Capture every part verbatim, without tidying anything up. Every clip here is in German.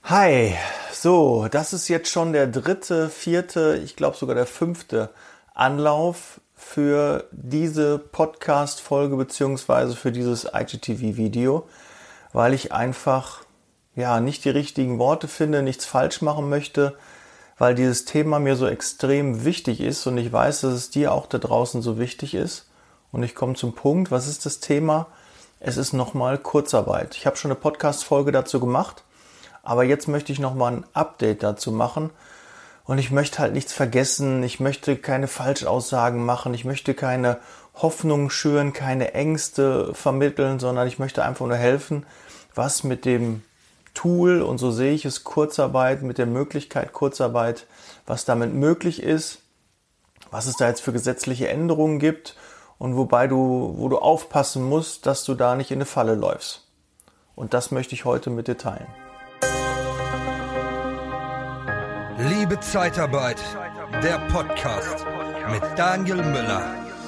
Hi, so, das ist jetzt schon der dritte, vierte, ich glaube sogar der fünfte Anlauf für diese Podcast-Folge beziehungsweise für dieses I G T V-Video, weil ich einfach ja nicht die richtigen Worte finde, nichts falsch machen möchte, weil dieses Thema mir so extrem wichtig ist und ich weiß, dass es dir auch da draußen so wichtig ist. Und ich komme zum Punkt, was ist das Thema? Es ist nochmal Kurzarbeit. Ich habe schon eine Podcast-Folge dazu gemacht. Aber jetzt möchte ich nochmal ein Update dazu machen und ich möchte halt nichts vergessen, ich möchte keine Falschaussagen machen, ich möchte keine Hoffnungen schüren, keine Ängste vermitteln, sondern ich möchte einfach nur helfen, was mit dem Tool, und so sehe ich es, Kurzarbeit, mit der Möglichkeit Kurzarbeit, was damit möglich ist, was es da jetzt für gesetzliche Änderungen gibt und wobei du, wo du aufpassen musst, dass du da nicht in eine Falle läufst. Und das möchte ich heute mit dir teilen. Liebe Zeitarbeit, der Podcast mit Daniel Müller.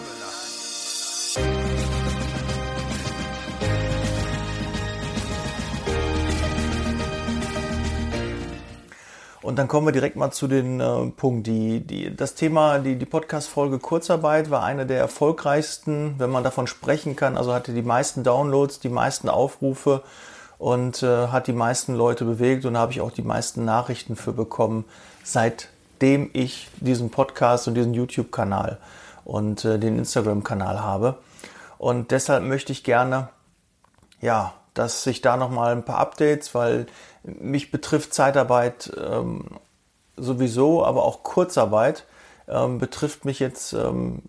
Und dann kommen wir direkt mal zu den äh, Punkten. Die, die, das Thema, die, die Podcast-Folge Kurzarbeit war eine der erfolgreichsten, wenn man davon sprechen kann. Also hatte die meisten Downloads, die meisten Aufrufe und äh, hat die meisten Leute bewegt und da habe ich auch die meisten Nachrichten für bekommen, seitdem ich diesen Podcast und diesen YouTube-Kanal und äh, den Instagram-Kanal habe. Und deshalb möchte ich gerne, ja, dass ich da nochmal ein paar Updates, weil mich betrifft Zeitarbeit ähm, sowieso, aber auch Kurzarbeit ähm, betrifft mich jetzt ähm,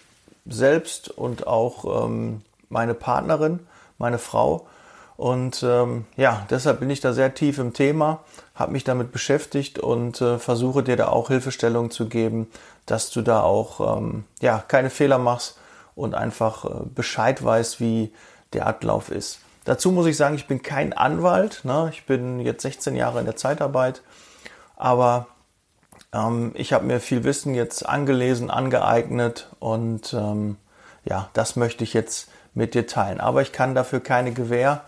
selbst und auch ähm, meine Partnerin, meine Frau. Und ähm, ja, deshalb bin ich da sehr tief im Thema, habe mich damit beschäftigt und äh, versuche dir da auch Hilfestellung zu geben, dass du da auch ähm, ja, keine Fehler machst und einfach äh, Bescheid weißt, wie der Ablauf ist. Dazu muss ich sagen, ich bin kein Anwalt, ne? Ich bin jetzt sechzehn Jahre in der Zeitarbeit, aber ähm, ich habe mir viel Wissen jetzt angelesen, angeeignet und ähm, ja, das möchte ich jetzt mit dir teilen. Aber ich kann dafür keine Gewähr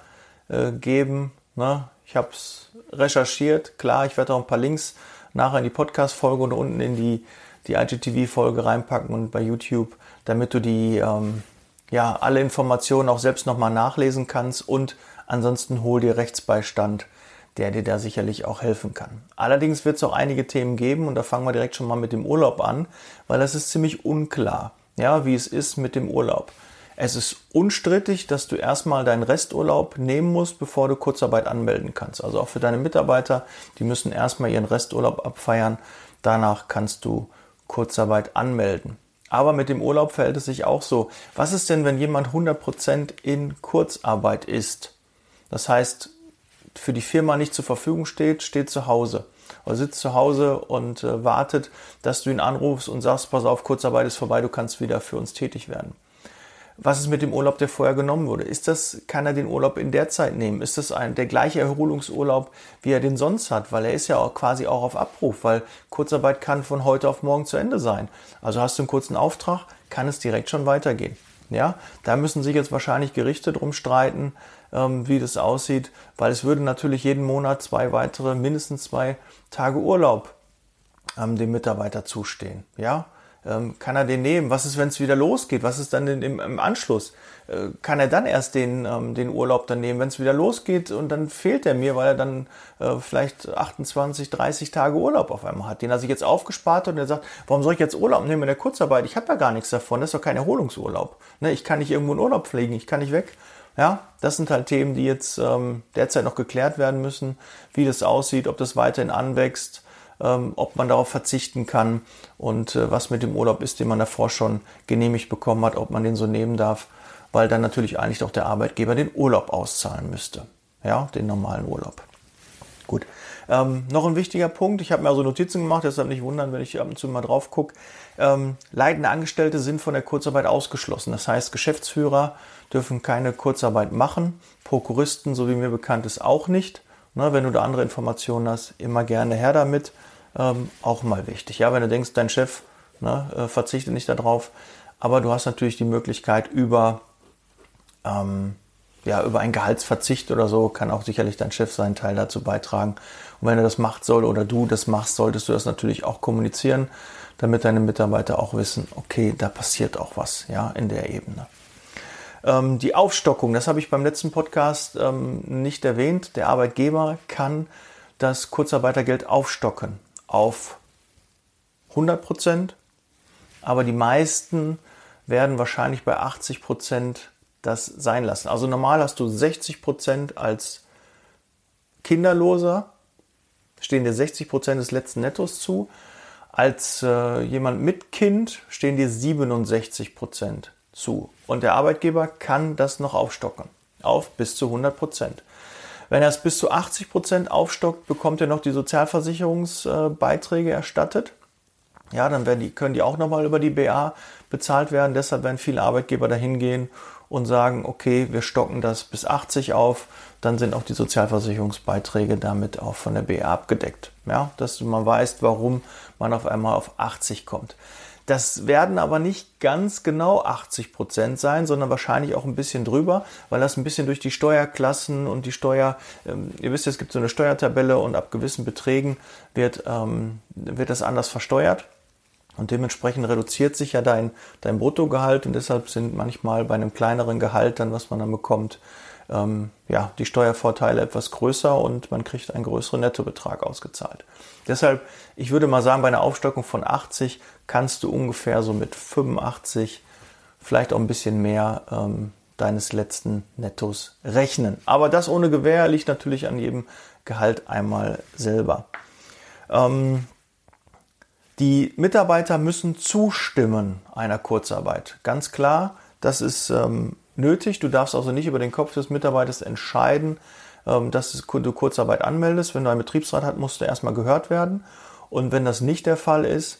geben. Ne? Ich habe es recherchiert. Klar, ich werde auch ein paar Links nachher in die Podcast-Folge und unten in die, die I G T V-Folge reinpacken und bei YouTube, damit du die ähm, ja alle Informationen auch selbst nochmal nachlesen kannst und ansonsten hol dir Rechtsbeistand, der dir da sicherlich auch helfen kann. Allerdings wird es auch einige Themen geben und da fangen wir direkt schon mal mit dem Urlaub an, weil das ist ziemlich unklar, ja, wie es ist mit dem Urlaub. Es ist unstrittig, dass du erstmal deinen Resturlaub nehmen musst, bevor du Kurzarbeit anmelden kannst. Also auch für deine Mitarbeiter, die müssen erstmal ihren Resturlaub abfeiern. Danach kannst du Kurzarbeit anmelden. Aber mit dem Urlaub verhält es sich auch so. Was ist denn, wenn jemand hundert Prozent in Kurzarbeit ist? Das heißt, für die Firma nicht zur Verfügung steht, steht zu Hause. Oder sitzt zu Hause und äh, wartet, dass du ihn anrufst und sagst, pass auf, Kurzarbeit ist vorbei, du kannst wieder für uns tätig werden. Was ist mit dem Urlaub, der vorher genommen wurde? Ist das, kann er den Urlaub in der Zeit nehmen? Ist das ein, der gleiche Erholungsurlaub, wie er den sonst hat? Weil er ist ja auch quasi auch auf Abruf, weil Kurzarbeit kann von heute auf morgen zu Ende sein. Also hast du einen kurzen Auftrag, kann es direkt schon weitergehen. Ja, da müssen sich jetzt wahrscheinlich Gerichte drum streiten, ähm, wie das aussieht, weil es würde natürlich jeden Monat zwei weitere, mindestens zwei Tage Urlaub ähm, dem Mitarbeiter zustehen. Ja, Ähm, kann er den nehmen? Was ist, wenn es wieder losgeht? Was ist dann in, im, im Anschluss? Äh, kann er dann erst den, ähm, den Urlaub dann nehmen, wenn es wieder losgeht und dann fehlt er mir, weil er dann äh, vielleicht achtundzwanzig, dreißig Tage Urlaub auf einmal hat, den er sich jetzt aufgespart hat und er sagt, warum soll ich jetzt Urlaub nehmen in der Kurzarbeit? Ich habe ja gar nichts davon, das ist doch kein Erholungsurlaub. Ne? Ich kann nicht irgendwo in Urlaub fliegen, ich kann nicht weg. Ja, das sind halt Themen, die jetzt ähm, derzeit noch geklärt werden müssen, wie das aussieht, ob das weiterhin anwächst, ob man darauf verzichten kann und äh, was mit dem Urlaub ist, den man davor schon genehmigt bekommen hat, ob man den so nehmen darf, weil dann natürlich eigentlich doch der Arbeitgeber den Urlaub auszahlen müsste, ja, den normalen Urlaub. Gut, ähm, noch ein wichtiger Punkt, ich habe mir also Notizen gemacht, deshalb nicht wundern, wenn ich ab und zu mal drauf gucke. Ähm, leitende Angestellte sind von der Kurzarbeit ausgeschlossen, das heißt Geschäftsführer dürfen keine Kurzarbeit machen, Prokuristen, so wie mir bekannt ist, auch nicht. Ne, wenn du da andere Informationen hast, immer gerne her damit. Ähm, auch mal wichtig. Ja, wenn du denkst, dein Chef ne, äh, verzichtet nicht darauf, aber du hast natürlich die Möglichkeit über ähm, ja, über einen Gehaltsverzicht oder so kann auch sicherlich dein Chef seinen Teil dazu beitragen. Und wenn er das macht soll oder du das machst, solltest du das natürlich auch kommunizieren, damit deine Mitarbeiter auch wissen, okay, da passiert auch was, ja, in der Ebene. Ähm, die Aufstockung, das habe ich beim letzten Podcast ähm, nicht erwähnt. Der Arbeitgeber kann das Kurzarbeitergeld aufstocken auf hundert Prozent, aber die meisten werden wahrscheinlich bei achtzig Prozent das sein lassen. Also normal hast du sechzig Prozent als Kinderloser, stehen dir sechzig Prozent des letzten Nettos zu. Als äh, jemand mit Kind stehen dir siebenundsechzig Prozent zu. Und der Arbeitgeber kann das noch aufstocken auf bis zu hundert Prozent. Wenn er es bis zu achtzig Prozent aufstockt, bekommt er noch die Sozialversicherungsbeiträge äh, erstattet. Ja, dann werden die, können die auch nochmal über die B A bezahlt werden. Deshalb werden viele Arbeitgeber dahin gehen und sagen, okay, wir stocken das bis achtzig auf. Dann sind auch die Sozialversicherungsbeiträge damit auch von der B A abgedeckt. Ja, dass man weiß, warum man auf einmal auf achtzig kommt. Das werden aber nicht ganz genau achtzig Prozent sein, sondern wahrscheinlich auch ein bisschen drüber, weil das ein bisschen durch die Steuerklassen und die Steuer, ähm, ihr wisst, es gibt so eine Steuertabelle und ab gewissen Beträgen wird, ähm, wird das anders versteuert. Und dementsprechend reduziert sich ja dein, dein Bruttogehalt und deshalb sind manchmal bei einem kleineren Gehalt dann, was man dann bekommt, ähm, ja, die Steuervorteile etwas größer und man kriegt einen größeren Nettobetrag ausgezahlt. Deshalb, ich würde mal sagen, bei einer Aufstockung von achtzig kannst du ungefähr so mit fünfundachtzig, vielleicht auch ein bisschen mehr ähm, deines letzten Nettos rechnen. Aber das ohne Gewähr liegt natürlich an jedem Gehalt einmal selber. Ähm, Die Mitarbeiter müssen zustimmen einer Kurzarbeit. Ganz klar, das ist ähm, nötig. Du darfst also nicht über den Kopf des Mitarbeiters entscheiden, ähm, dass du Kurzarbeit anmeldest. Wenn du einen Betriebsrat hast, musst du erstmal gehört werden. Und wenn das nicht der Fall ist,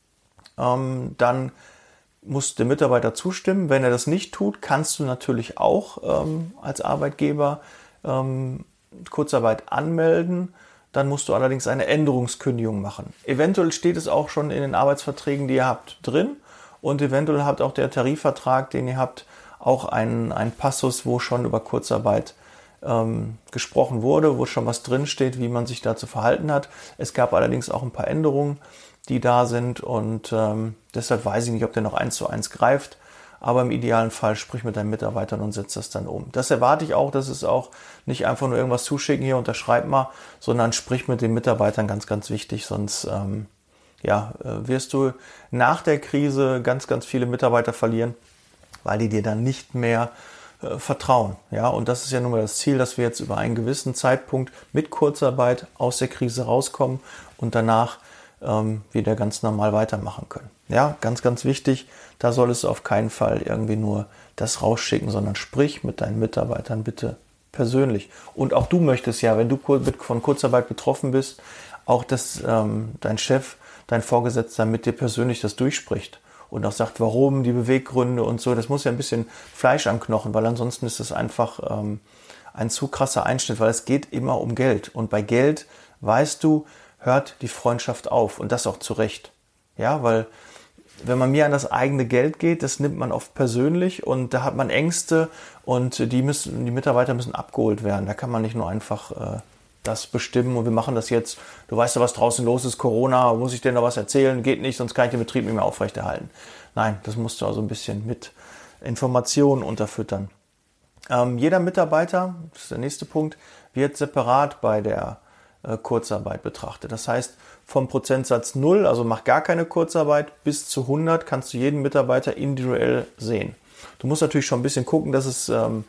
ähm, dann muss der Mitarbeiter zustimmen. Wenn er das nicht tut, kannst du natürlich auch ähm, als Arbeitgeber ähm, Kurzarbeit anmelden. Dann musst du allerdings eine Änderungskündigung machen. Eventuell steht es auch schon in den Arbeitsverträgen, die ihr habt, drin. Und eventuell hat auch der Tarifvertrag, den ihr habt, auch einen, einen Passus, wo schon über Kurzarbeit ähm, gesprochen wurde, wo schon was drinsteht, wie man sich da zu verhalten hat. Es gab allerdings auch ein paar Änderungen, die da sind. Und ähm, deshalb weiß ich nicht, ob der noch eins zu eins greift. Aber im idealen Fall sprich mit deinen Mitarbeitern und setz das dann um. Das erwarte ich auch, dass es auch nicht einfach nur irgendwas zuschicken, hier unterschreib mal, sondern sprich mit den Mitarbeitern, ganz, ganz wichtig. Sonst ähm, ja, wirst du nach der Krise ganz, ganz viele Mitarbeiter verlieren, weil die dir dann nicht mehr äh, vertrauen. Ja, und das ist ja nun mal das Ziel, dass wir jetzt über einen gewissen Zeitpunkt mit Kurzarbeit aus der Krise rauskommen und danach ähm, wieder ganz normal weitermachen können. Ja, ganz, ganz wichtig, da solltest du auf keinen Fall irgendwie nur das rausschicken, sondern sprich mit deinen Mitarbeitern bitte persönlich. Und auch du möchtest ja, wenn du von Kurzarbeit betroffen bist, auch, dass ähm, dein Chef, dein Vorgesetzter mit dir persönlich das durchspricht und auch sagt, warum, die Beweggründe und so. Das muss ja ein bisschen Fleisch am Knochen, weil ansonsten ist das einfach ähm, ein zu krasser Einschnitt, weil es geht immer um Geld. Und bei Geld, weißt du, hört die Freundschaft auf und das auch zu Recht. Ja, weil wenn man mir an das eigene Geld geht, das nimmt man oft persönlich und da hat man Ängste und die müssen, die Mitarbeiter müssen abgeholt werden. Da kann man nicht nur einfach äh, das bestimmen und wir machen das jetzt. Du weißt ja, was draußen los ist, Corona, muss ich dir noch was erzählen? Geht nicht, sonst kann ich den Betrieb nicht mehr aufrechterhalten. Nein, das musst du also ein bisschen mit Informationen unterfüttern. Ähm, jeder Mitarbeiter, das ist der nächste Punkt, wird separat bei der äh, Kurzarbeit betrachtet. Das heißt, vom Prozentsatz null, also mach gar keine Kurzarbeit, bis zu hundert kannst du jeden Mitarbeiter individuell sehen. Du musst natürlich schon ein bisschen gucken, dass es ähm,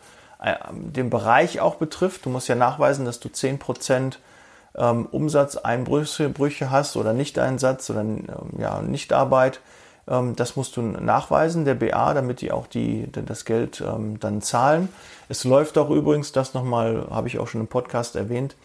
den Bereich auch betrifft. Du musst ja nachweisen, dass du zehn Prozent ähm, Umsatzeinbrüche hast oder Nichteinsatz oder ähm, ja, Nichtarbeit. Ähm, das musst du nachweisen, der B A, damit die auch die, das Geld ähm, dann zahlen. Es läuft auch übrigens, das nochmal, habe ich auch schon im Podcast erwähnt,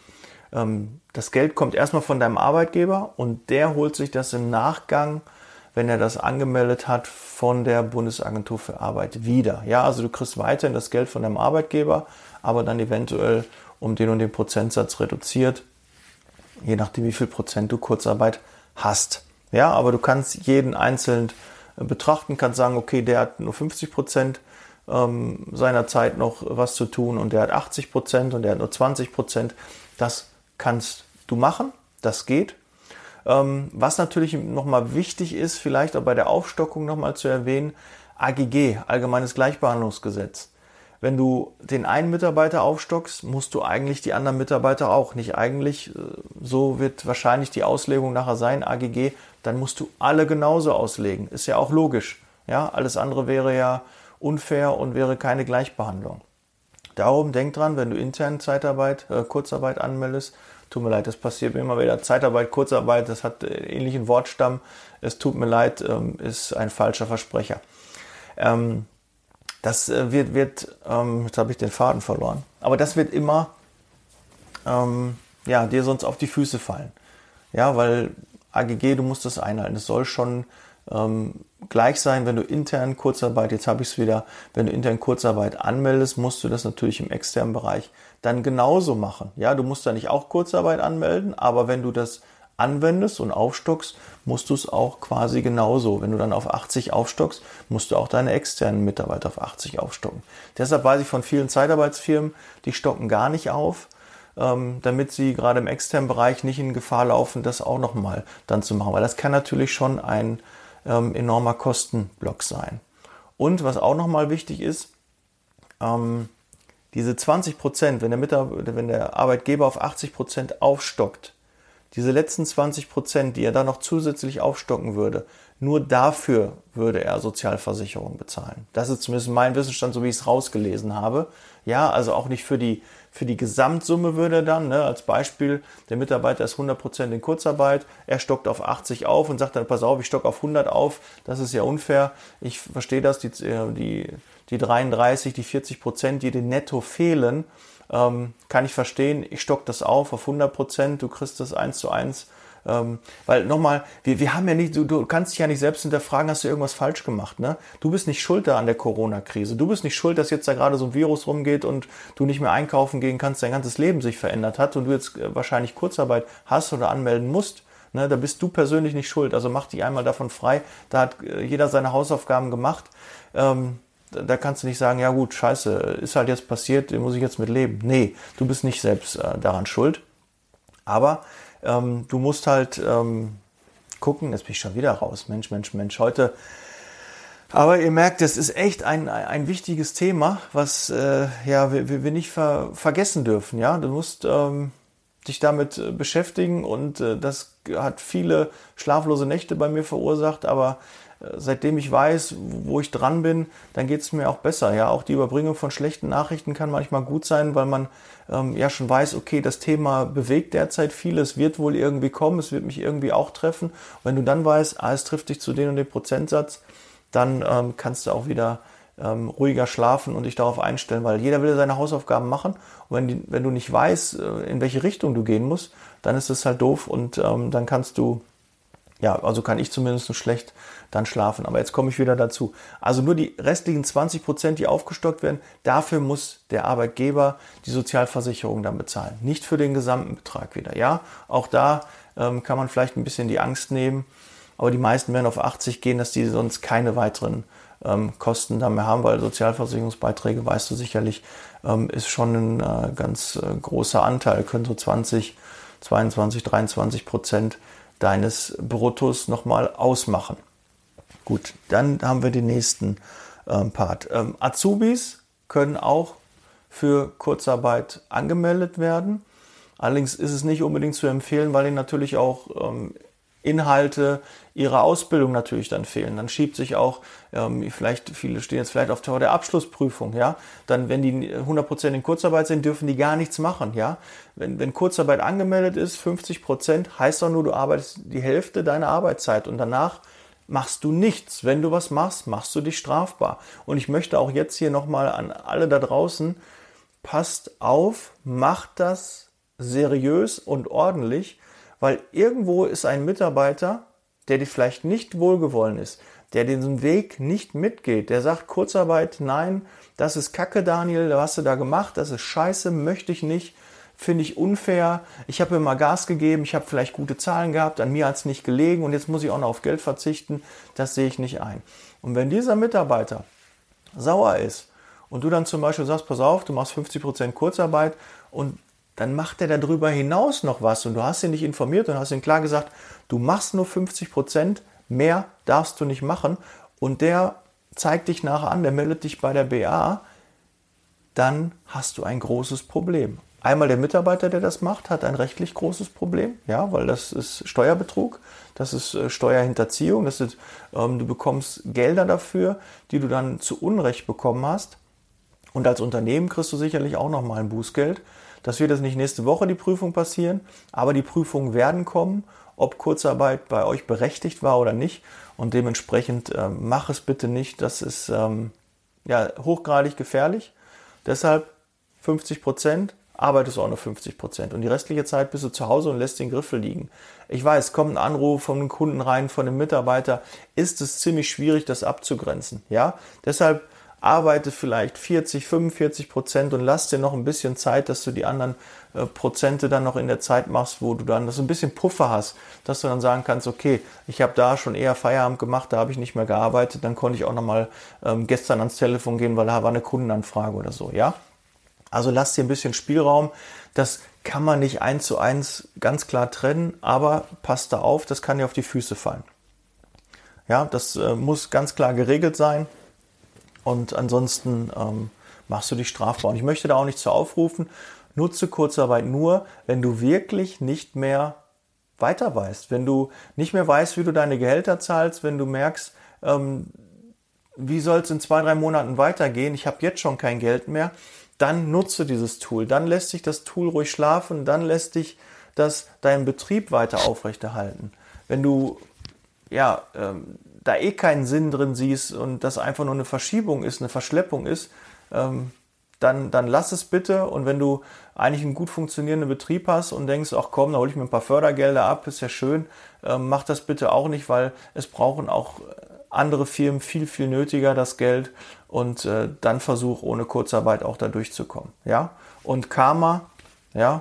das Geld kommt erstmal von deinem Arbeitgeber und der holt sich das im Nachgang, wenn er das angemeldet hat, von der Bundesagentur für Arbeit wieder. Ja, also du kriegst weiterhin das Geld von deinem Arbeitgeber, aber dann eventuell um den und den Prozentsatz reduziert, je nachdem wie viel Prozent du Kurzarbeit hast. Ja, aber du kannst jeden einzeln betrachten, kannst sagen, okay, der hat nur fünfzig Prozent ähm, seiner Zeit noch was zu tun und der hat achtzig Prozent und der hat nur zwanzig Prozent. Das kannst du machen, das geht. Ähm, was natürlich nochmal wichtig ist, vielleicht auch bei der Aufstockung nochmal zu erwähnen, A G G, Allgemeines Gleichbehandlungsgesetz. Wenn du den einen Mitarbeiter aufstockst, musst du eigentlich die anderen Mitarbeiter auch. Nicht eigentlich, so wird wahrscheinlich die Auslegung nachher sein, A G G, dann musst du alle genauso auslegen. Ist ja auch logisch. Ja, alles andere wäre ja unfair und wäre keine Gleichbehandlung. Darum denk dran, wenn du intern Zeitarbeit, äh, Kurzarbeit anmeldest, tut mir leid, das passiert mir immer wieder, Zeitarbeit, Kurzarbeit, das hat äh, ähnlichen Wortstamm, es tut mir leid, ähm, ist ein falscher Versprecher. Ähm, Das wird, wird ähm, jetzt habe ich den Faden verloren, aber das wird immer ähm, ja, dir sonst auf die Füße fallen. Ja, weil A G G, du musst das einhalten. Es soll schon ähm, gleich sein, wenn du intern Kurzarbeit, jetzt habe ich es wieder, wenn du intern Kurzarbeit anmeldest, musst du das natürlich im externen Bereich dann genauso machen. Ja, du musst da nicht auch Kurzarbeit anmelden, aber wenn du das anwendest und aufstockst, musst du es auch quasi genauso. Wenn du dann auf achtzig aufstockst, musst du auch deine externen Mitarbeiter auf achtzig aufstocken. Deshalb weiß ich von vielen Zeitarbeitsfirmen, die stocken gar nicht auf, ähm, damit sie gerade im externen Bereich nicht in Gefahr laufen, das auch nochmal dann zu machen. Weil das kann natürlich schon ein ähm, enormer Kostenblock sein. Und was auch nochmal wichtig ist, ähm, diese zwanzig Prozent, wenn der, Mitarbeiter, wenn der Arbeitgeber auf achtzig Prozent aufstockt, diese letzten zwanzig Prozent, die er dann noch zusätzlich aufstocken würde, nur dafür würde er Sozialversicherung bezahlen. Das ist zumindest mein Wissensstand, so wie ich es rausgelesen habe. Ja, also auch nicht für die, für die Gesamtsumme würde er dann, ne, als Beispiel, der Mitarbeiter ist hundert Prozent in Kurzarbeit, er stockt auf achtzig auf und sagt dann, pass auf, ich stocke auf hundert auf, das ist ja unfair. Ich verstehe das, die, die, die dreiunddreißig, die vierzig Prozent, die den netto fehlen, Ähm, kann ich verstehen, ich stock das auf auf hundert Prozent, du kriegst das eins zu eins, ähm, weil nochmal, wir, wir haben ja nicht, du, du kannst dich ja nicht selbst hinterfragen, hast du irgendwas falsch gemacht, ne? Du bist nicht schuld da an der Corona-Krise, du bist nicht schuld, dass jetzt da gerade so ein Virus rumgeht und du nicht mehr einkaufen gehen kannst, dein ganzes Leben sich verändert hat und du jetzt äh, wahrscheinlich Kurzarbeit hast oder anmelden musst, ne? Da bist du persönlich nicht schuld, also mach dich einmal davon frei, da hat äh, jeder seine Hausaufgaben gemacht, ähm, da kannst du nicht sagen, ja gut, scheiße, ist halt jetzt passiert, muss ich jetzt mit leben. Nee, du bist nicht selbst äh, daran schuld. Aber ähm, du musst halt ähm, gucken, jetzt bin ich schon wieder raus, Mensch, Mensch, Mensch, heute. Aber ihr merkt, das ist echt ein, ein wichtiges Thema, was äh, ja, wir, wir nicht ver, vergessen dürfen. Ja, du musst ähm, dich damit äh, beschäftigen und äh, das hat viele schlaflose Nächte bei mir verursacht, aber seitdem ich weiß, wo ich dran bin, dann geht es mir auch besser. Ja, auch die Überbringung von schlechten Nachrichten kann manchmal gut sein, weil man ähm, ja schon weiß, okay, das Thema bewegt derzeit viel, es wird wohl irgendwie kommen, es wird mich irgendwie auch treffen. Und wenn du dann weißt, ah, es trifft dich zu dem und dem Prozentsatz, dann ähm, kannst du auch wieder ähm, ruhiger schlafen und dich darauf einstellen, weil jeder will seine Hausaufgaben machen. Und wenn, die, wenn du nicht weißt, in welche Richtung du gehen musst, dann ist es halt doof und ähm, dann kannst du, ja, also kann ich zumindest schlecht dann schlafen. Aber jetzt komme ich wieder dazu. Also nur die restlichen zwanzig Prozent, die aufgestockt werden, dafür muss der Arbeitgeber die Sozialversicherung dann bezahlen. Nicht für den gesamten Betrag wieder. Ja, auch da ähm, kann man vielleicht ein bisschen die Angst nehmen. Aber die meisten werden auf achtzig gehen, dass die sonst keine weiteren ähm, Kosten dann mehr haben, weil Sozialversicherungsbeiträge, weißt du sicherlich, ähm, ist schon ein äh, ganz äh, großer Anteil. Können so zwanzig, zweiundzwanzig, dreiundzwanzig Prozent deines Bruttos nochmal ausmachen. Gut, dann haben wir den nächsten ähm, Part. Ähm, Azubis können auch für Kurzarbeit angemeldet werden. Allerdings ist es nicht unbedingt zu empfehlen, weil ihnen natürlich auch ähm, Inhalte ihrer Ausbildung natürlich dann fehlen. Dann schiebt sich auch, ähm, vielleicht viele stehen jetzt vielleicht auf der Abschlussprüfung, ja. Dann, wenn die hundert Prozent in Kurzarbeit sind, dürfen die gar nichts machen, ja. Wenn, wenn Kurzarbeit angemeldet ist, fünfzig Prozent, heißt doch nur, du arbeitest die Hälfte deiner Arbeitszeit und danach machst du nichts. Wenn du was machst, machst du dich strafbar. Und ich möchte auch jetzt hier nochmal an alle da draußen, passt auf, macht das seriös und ordentlich, weil irgendwo ist ein Mitarbeiter, der dir vielleicht nicht wohlgewollen ist, der diesen Weg nicht mitgeht, der sagt, Kurzarbeit, nein, das ist Kacke, Daniel, was hast du da gemacht, das ist scheiße, möchte ich nicht, finde ich unfair, ich habe immer Gas gegeben, ich habe vielleicht gute Zahlen gehabt, an mir hat es nicht gelegen und jetzt muss ich auch noch auf Geld verzichten, das sehe ich nicht ein. Und wenn dieser Mitarbeiter sauer ist und du dann zum Beispiel sagst, pass auf, du machst fünfzig Prozent Kurzarbeit und dann macht er darüber hinaus noch was und du hast ihn nicht informiert und hast ihm klar gesagt, du machst nur fünfzig Prozent, mehr darfst du nicht machen und der zeigt dich nachher an, der meldet dich bei der B A, dann hast du ein großes Problem. Einmal der Mitarbeiter, der das macht, hat ein rechtlich großes Problem, ja, weil das ist Steuerbetrug, das ist äh, Steuerhinterziehung, das ist, ähm, du bekommst Gelder dafür, die du dann zu Unrecht bekommen hast. Und als Unternehmen kriegst du sicherlich auch nochmal ein Bußgeld. Das wird jetzt nicht nächste Woche die Prüfung passieren, aber die Prüfungen werden kommen, ob Kurzarbeit bei euch berechtigt war oder nicht. Und dementsprechend äh, mach es bitte nicht, das ist ähm, ja, hochgradig gefährlich. Deshalb fünfzig Prozent. Arbeitest du auch nur fünfzig Prozent und die restliche Zeit bist du zu Hause und lässt den Griffel liegen. Ich weiß, kommt ein Anruf von einem Kunden rein, von einem Mitarbeiter, ist es ziemlich schwierig, das abzugrenzen. Ja? Deshalb arbeite vielleicht vierzig, fünfundvierzig Prozent und lass dir noch ein bisschen Zeit, dass du die anderen äh, Prozente dann noch in der Zeit machst, wo du dann das ein bisschen Puffer hast, dass du dann sagen kannst, okay, ich habe da schon eher Feierabend gemacht, da habe ich nicht mehr gearbeitet, dann konnte ich auch noch mal ähm, gestern ans Telefon gehen, weil da war eine Kundenanfrage oder so, ja? Also lass dir ein bisschen Spielraum. Das kann man nicht eins zu eins ganz klar trennen, aber passt da auf, das kann dir auf die Füße fallen. Ja, das äh, muss ganz klar geregelt sein und ansonsten ähm, machst du dich strafbar. Und ich möchte da auch nicht zu aufrufen, nutze Kurzarbeit nur, wenn du wirklich nicht mehr weiter weißt. Wenn du nicht mehr weißt, wie du deine Gehälter zahlst, wenn du merkst, ähm, wie soll es in zwei, drei Monaten weitergehen, ich habe jetzt schon kein Geld mehr, dann nutze dieses Tool. Dann lässt sich das Tool ruhig schlafen, dann lässt dich das deinen Betrieb weiter aufrechterhalten. Wenn du ja, ähm, da eh keinen Sinn drin siehst und das einfach nur eine Verschiebung ist, eine Verschleppung ist, ähm, dann, dann lass es bitte. Und wenn du eigentlich einen gut funktionierenden Betrieb hast und denkst, ach komm, da hole ich mir ein paar Fördergelder ab, ist ja schön, ähm, mach das bitte auch nicht, weil es brauchen auch andere Firmen viel, viel nötiger das Geld und äh, dann versuch ohne Kurzarbeit auch da durchzukommen. Ja? Und Karma, ja,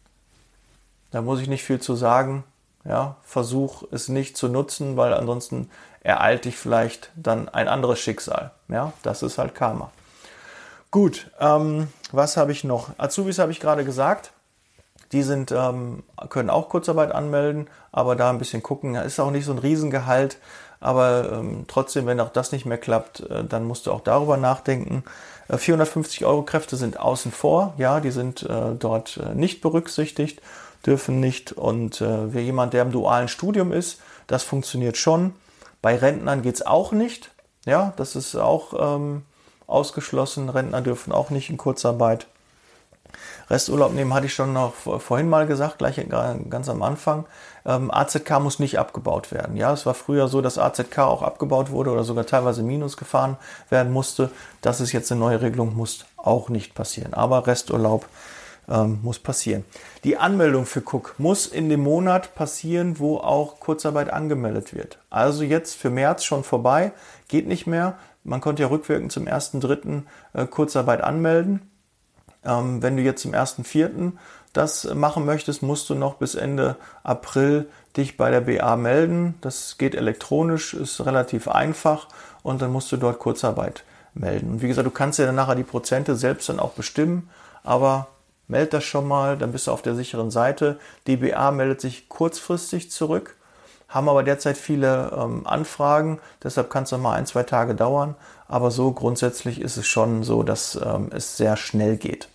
da muss ich nicht viel zu sagen. Ja? Versuch es nicht zu nutzen, weil ansonsten ereilt dich vielleicht dann ein anderes Schicksal. Ja? Das ist halt Karma. Gut, ähm, was habe ich noch? Azubis habe ich gerade gesagt. Die sind, ähm, können auch Kurzarbeit anmelden, aber da ein bisschen gucken. Ist auch nicht so ein Riesengehalt. Aber ähm, trotzdem, wenn auch das nicht mehr klappt, äh, dann musst du auch darüber nachdenken. Äh, vierhundertfünfzig Euro Kräfte sind außen vor. Ja, die sind äh, dort äh, nicht berücksichtigt, dürfen nicht. Und äh, wer jemand, der im dualen Studium ist, das funktioniert schon. Bei Rentnern geht es auch nicht. Ja, das ist auch ähm, ausgeschlossen. Rentner dürfen auch nicht in Kurzarbeit. Resturlaub nehmen hatte ich schon noch vorhin mal gesagt, gleich ganz am Anfang. Ähm, A Z K muss nicht abgebaut werden. Ja, es war früher so, dass A Z K auch abgebaut wurde oder sogar teilweise Minus gefahren werden musste. Das ist jetzt eine neue Regelung, muss auch nicht passieren. Aber Resturlaub ähm, muss passieren. Die Anmeldung für Cook muss in dem Monat passieren, wo auch Kurzarbeit angemeldet wird. Also jetzt für März schon vorbei, geht nicht mehr. Man konnte ja rückwirkend zum ersten dritten äh, Kurzarbeit anmelden. Ähm, wenn du jetzt zum ersten vierten das machen möchtest, musst du noch bis Ende April dich bei der B A melden. Das geht elektronisch, ist relativ einfach und dann musst du dort Kurzarbeit melden. Und wie gesagt, du kannst ja dann nachher die Prozente selbst dann auch bestimmen, aber meld das schon mal, dann bist du auf der sicheren Seite. Die B A meldet sich kurzfristig zurück, haben aber derzeit viele ähm, Anfragen, deshalb kann es noch mal ein, zwei Tage dauern, aber so grundsätzlich ist es schon so, dass ähm, es sehr schnell geht.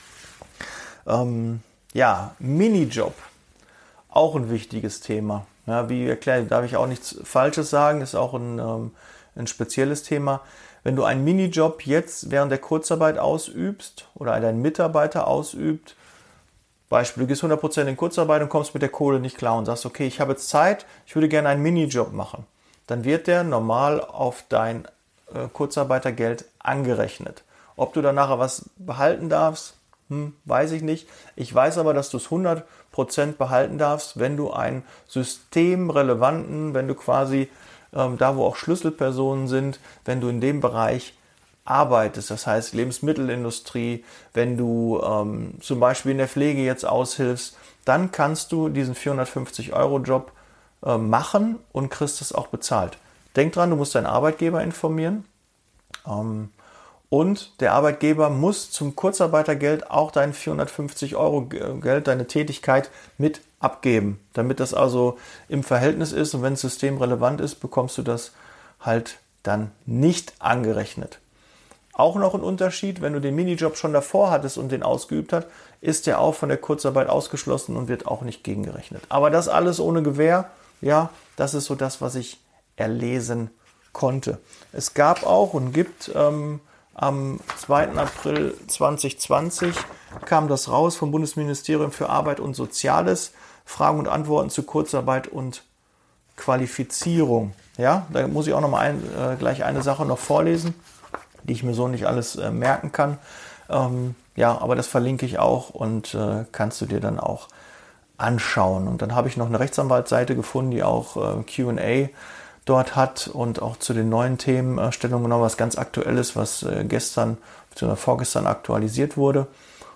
Ähm, ja, Minijob, auch ein wichtiges Thema. Ja, wie erklärt, darf ich auch nichts Falsches sagen, ist auch ein, ähm, ein spezielles Thema. Wenn du einen Minijob jetzt während der Kurzarbeit ausübst oder dein Mitarbeiter ausübt, Beispiel, du gehst hundert Prozent in Kurzarbeit und kommst mit der Kohle nicht klar und sagst, okay, ich habe jetzt Zeit, ich würde gerne einen Minijob machen. Dann wird der normal auf dein äh, Kurzarbeitergeld angerechnet. Ob du dann nachher was behalten darfst, hm, weiß ich nicht. Ich weiß aber, dass du es hundert Prozent behalten darfst, wenn du einen systemrelevanten, wenn du quasi ähm, da, wo auch Schlüsselpersonen sind, wenn du in dem Bereich arbeitest, das heißt Lebensmittelindustrie, wenn du ähm, zum Beispiel in der Pflege jetzt aushilfst, dann kannst du diesen vierhundertfünfzig Euro Job äh, machen und kriegst es auch bezahlt. Denk dran, du musst deinen Arbeitgeber informieren. Ähm, Und der Arbeitgeber muss zum Kurzarbeitergeld auch dein vierhundertfünfzig Euro Geld, deine Tätigkeit mit abgeben. Damit das also im Verhältnis ist und wenn es systemrelevant ist, bekommst du das halt dann nicht angerechnet. Auch noch ein Unterschied, wenn du den Minijob schon davor hattest und den ausgeübt hast, ist der auch von der Kurzarbeit ausgeschlossen und wird auch nicht gegengerechnet. Aber das alles ohne Gewähr, ja, das ist so das, was ich erlesen konnte. Es gab auch und gibt ähm, am zweiten April zweitausendzwanzig kam das raus vom Bundesministerium für Arbeit und Soziales, Fragen und Antworten zu Kurzarbeit und Qualifizierung. Ja, da muss ich auch noch mal ein, äh, gleich eine Sache noch vorlesen, die ich mir so nicht alles äh, merken kann. Ähm, ja, aber das verlinke ich auch und äh, kannst du dir dann auch anschauen. Und dann habe ich noch eine Rechtsanwaltsseite gefunden, die auch äh, Q und A dort hat und auch zu den neuen Themen äh, Stellung genommen, was ganz Aktuelles, was äh, gestern bzw. vorgestern aktualisiert wurde.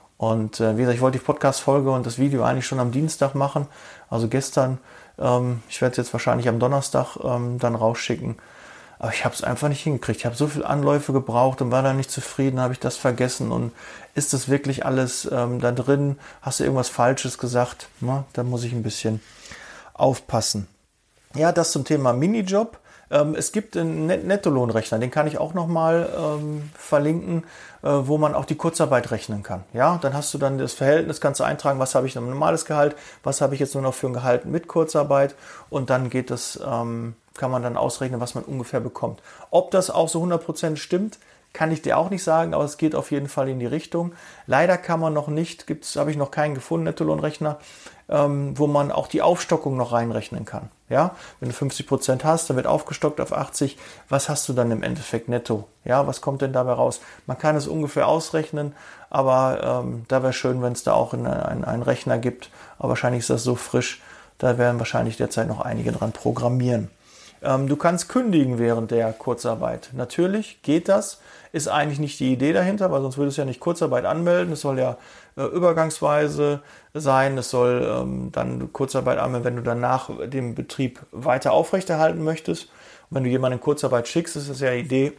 Und äh, wie gesagt, ich wollte die Podcast-Folge und das Video eigentlich schon am Dienstag machen, also gestern. Ähm, ich werde es jetzt wahrscheinlich am Donnerstag ähm, dann rausschicken. Aber ich habe es einfach nicht hingekriegt. Ich habe so viele Anläufe gebraucht und war da nicht zufrieden, habe ich das vergessen. Und ist das wirklich alles ähm, da drin? Hast du irgendwas Falsches gesagt? Na, da muss ich ein bisschen aufpassen. Ja, das zum Thema Minijob. Ähm, es gibt einen Net- Nettolohnrechner, den kann ich auch nochmal ähm, verlinken, äh, wo man auch die Kurzarbeit rechnen kann. Ja, dann hast du dann das Verhältnis, kannst du eintragen, was habe ich noch ein normales Gehalt, was habe ich jetzt nur noch für ein Gehalt mit Kurzarbeit und dann geht es, ähm, kann man dann ausrechnen, was man ungefähr bekommt. Ob das auch so hundert Prozent stimmt, kann ich dir auch nicht sagen, aber es geht auf jeden Fall in die Richtung. Leider kann man noch nicht, gibt's, habe ich noch keinen gefunden, Nettolohnrechner, ähm, wo man auch die Aufstockung noch reinrechnen kann. Ja, wenn du fünfzig Prozent hast, dann wird aufgestockt auf achtzig. Was hast du dann im Endeffekt netto? Ja, was kommt denn dabei raus? Man kann es ungefähr ausrechnen, aber ähm, da wäre schön, wenn es da auch einen ein Rechner gibt. Aber wahrscheinlich ist das so frisch, da werden wahrscheinlich derzeit noch einige dran programmieren. Ähm, du kannst kündigen während der Kurzarbeit. Natürlich geht das, ist eigentlich nicht die Idee dahinter, weil sonst würde es ja nicht Kurzarbeit anmelden. Es soll ja äh, übergangsweise sein. Es soll ähm, dann Kurzarbeit anmelden, wenn du danach den Betrieb weiter aufrechterhalten möchtest. Und wenn du jemanden in Kurzarbeit schickst, ist das ja die Idee,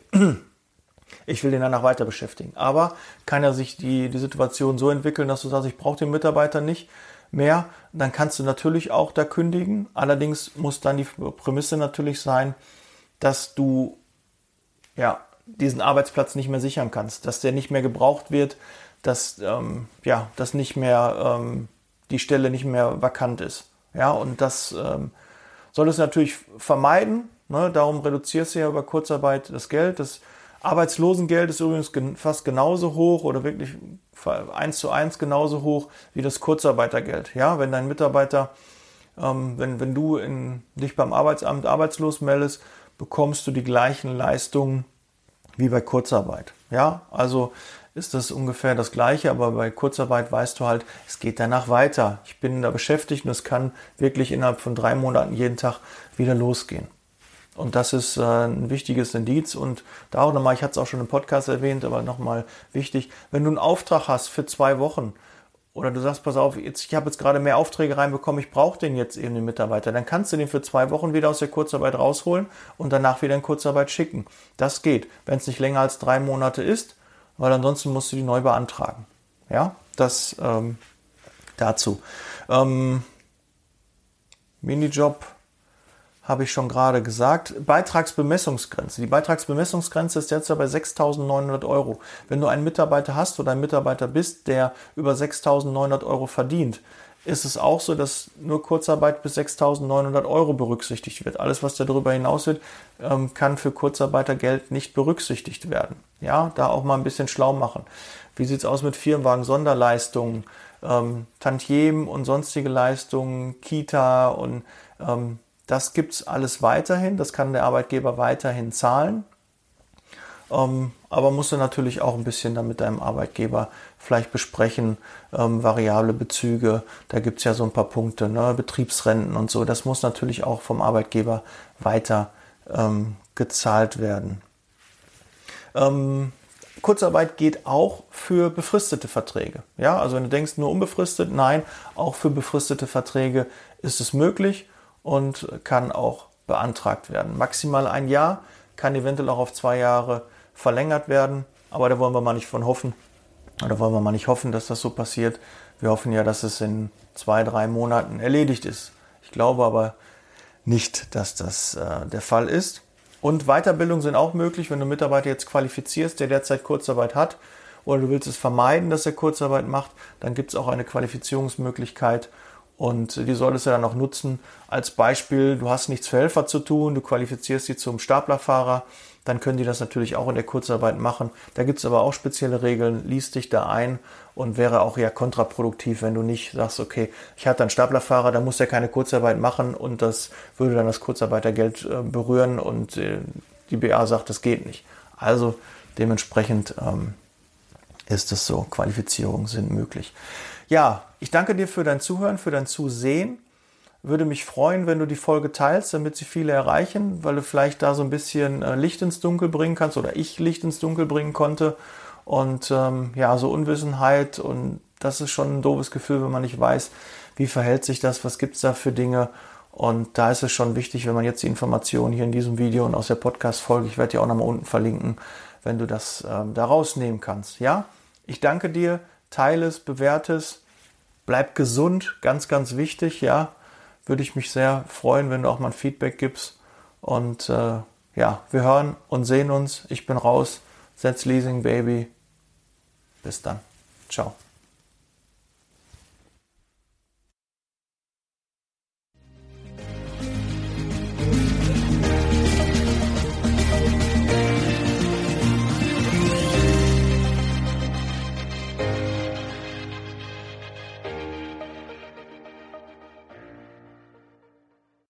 ich will den danach weiter beschäftigen. Aber kann ja sich die, die Situation so entwickeln, dass du sagst, ich brauche den Mitarbeiter nicht mehr, dann kannst du natürlich auch da kündigen. Allerdings muss dann die Prämisse natürlich sein, dass du ja diesen Arbeitsplatz nicht mehr sichern kannst, dass der nicht mehr gebraucht wird, dass ähm, ja dass nicht mehr ähm, die Stelle nicht mehr vakant ist. Ja, und das ähm, soll es natürlich vermeiden. Ne? Darum reduzierst du ja über Kurzarbeit das Geld. Das Arbeitslosengeld ist übrigens fast genauso hoch oder wirklich eins zu eins genauso hoch wie das Kurzarbeitergeld. Ja, wenn dein Mitarbeiter, ähm, wenn, wenn du in, dich beim Arbeitsamt arbeitslos meldest, bekommst du die gleichen Leistungen wie bei Kurzarbeit. Ja, also ist das ungefähr das Gleiche, aber bei Kurzarbeit weißt du halt, es geht danach weiter. Ich bin da beschäftigt und es kann wirklich innerhalb von drei Monaten jeden Tag wieder losgehen. Und das ist äh, ein wichtiges Indiz. Und da auch nochmal, ich hatte es auch schon im Podcast erwähnt, aber nochmal wichtig, wenn du einen Auftrag hast für zwei Wochen oder du sagst, pass auf, jetzt, ich habe jetzt gerade mehr Aufträge reinbekommen, ich brauche den jetzt eben, den Mitarbeiter, dann kannst du den für zwei Wochen wieder aus der Kurzarbeit rausholen und danach wieder in Kurzarbeit schicken. Das geht, wenn es nicht länger als drei Monate ist, weil ansonsten musst du die neu beantragen. Ja, das ähm, dazu. Ähm, Minijob habe ich schon gerade gesagt. Beitragsbemessungsgrenze. Die Beitragsbemessungsgrenze ist derzeit bei sechstausendneunhundert Euro. Wenn du einen Mitarbeiter hast oder ein Mitarbeiter bist, der über sechstausendneunhundert Euro verdient, ist es auch so, dass nur Kurzarbeit bis sechstausendneunhundert Euro berücksichtigt wird. Alles, was darüber hinaus wird, kann für Kurzarbeitergeld nicht berücksichtigt werden. Ja, da auch mal ein bisschen schlau machen. Wie sieht es aus mit Firmenwagen, Sonderleistungen, ähm, Tantiemen und sonstige Leistungen, Kita und ähm, das gibt es alles weiterhin, das kann der Arbeitgeber weiterhin zahlen, ähm, aber musst du natürlich auch ein bisschen dann mit deinem Arbeitgeber vielleicht besprechen, ähm, variable Bezüge, da gibt es ja so ein paar Punkte, ne? Betriebsrenten und so, das muss natürlich auch vom Arbeitgeber weiter ähm, gezahlt werden. Ähm, Kurzarbeit geht auch für befristete Verträge. Ja, also wenn du denkst, nur unbefristet, nein, auch für befristete Verträge ist es möglich und kann auch beantragt werden. Maximal ein Jahr, kann eventuell auch auf zwei Jahre verlängert werden. aber da wollen wir mal nicht von hoffen. Oder wollen wir mal nicht hoffen, dass das so passiert. Wir hoffen ja, dass es in zwei, drei Monaten erledigt ist. Ich glaube aber nicht, dass das äh, der Fall ist. Und Weiterbildungen sind auch möglich, wenn du Mitarbeiter jetzt qualifizierst, der derzeit Kurzarbeit hat, oder du willst es vermeiden, dass er Kurzarbeit macht, dann gibt es auch eine Qualifizierungsmöglichkeit und die solltest du dann auch nutzen. Als Beispiel, du hast nichts für Helfer zu tun, du qualifizierst sie zum Staplerfahrer, dann können die das natürlich auch in der Kurzarbeit machen. Da gibt es aber auch spezielle Regeln, liest dich da ein und wäre auch eher kontraproduktiv, wenn du nicht sagst, okay, ich hatte einen Staplerfahrer, da muss der keine Kurzarbeit machen und das würde dann das Kurzarbeitergeld äh, berühren und äh, die B A sagt, das geht nicht. Also dementsprechend ähm, ist es so, Qualifizierungen sind möglich. Ja, ich danke dir für dein Zuhören, für dein Zusehen. Würde mich freuen, wenn du die Folge teilst, damit sie viele erreichen, weil du vielleicht da so ein bisschen Licht ins Dunkel bringen kannst oder ich Licht ins Dunkel bringen konnte. Und ähm, ja, so Unwissenheit und das ist schon ein doofes Gefühl, wenn man nicht weiß, wie verhält sich das, was gibt es da für Dinge. Und da ist es schon wichtig, wenn man jetzt die Informationen hier in diesem Video und aus der Podcast-Folge, ich werde die auch nochmal unten verlinken, wenn du das ähm, da rausnehmen kannst. Ja, ich danke dir, teile es, bewerte es, bleib gesund, ganz, ganz wichtig, ja. Würde ich mich sehr freuen, wenn du auch mal ein Feedback gibst. Und äh, ja, wir hören und sehen uns. Ich bin raus. Setz Leasing, Baby. Bis dann. Ciao.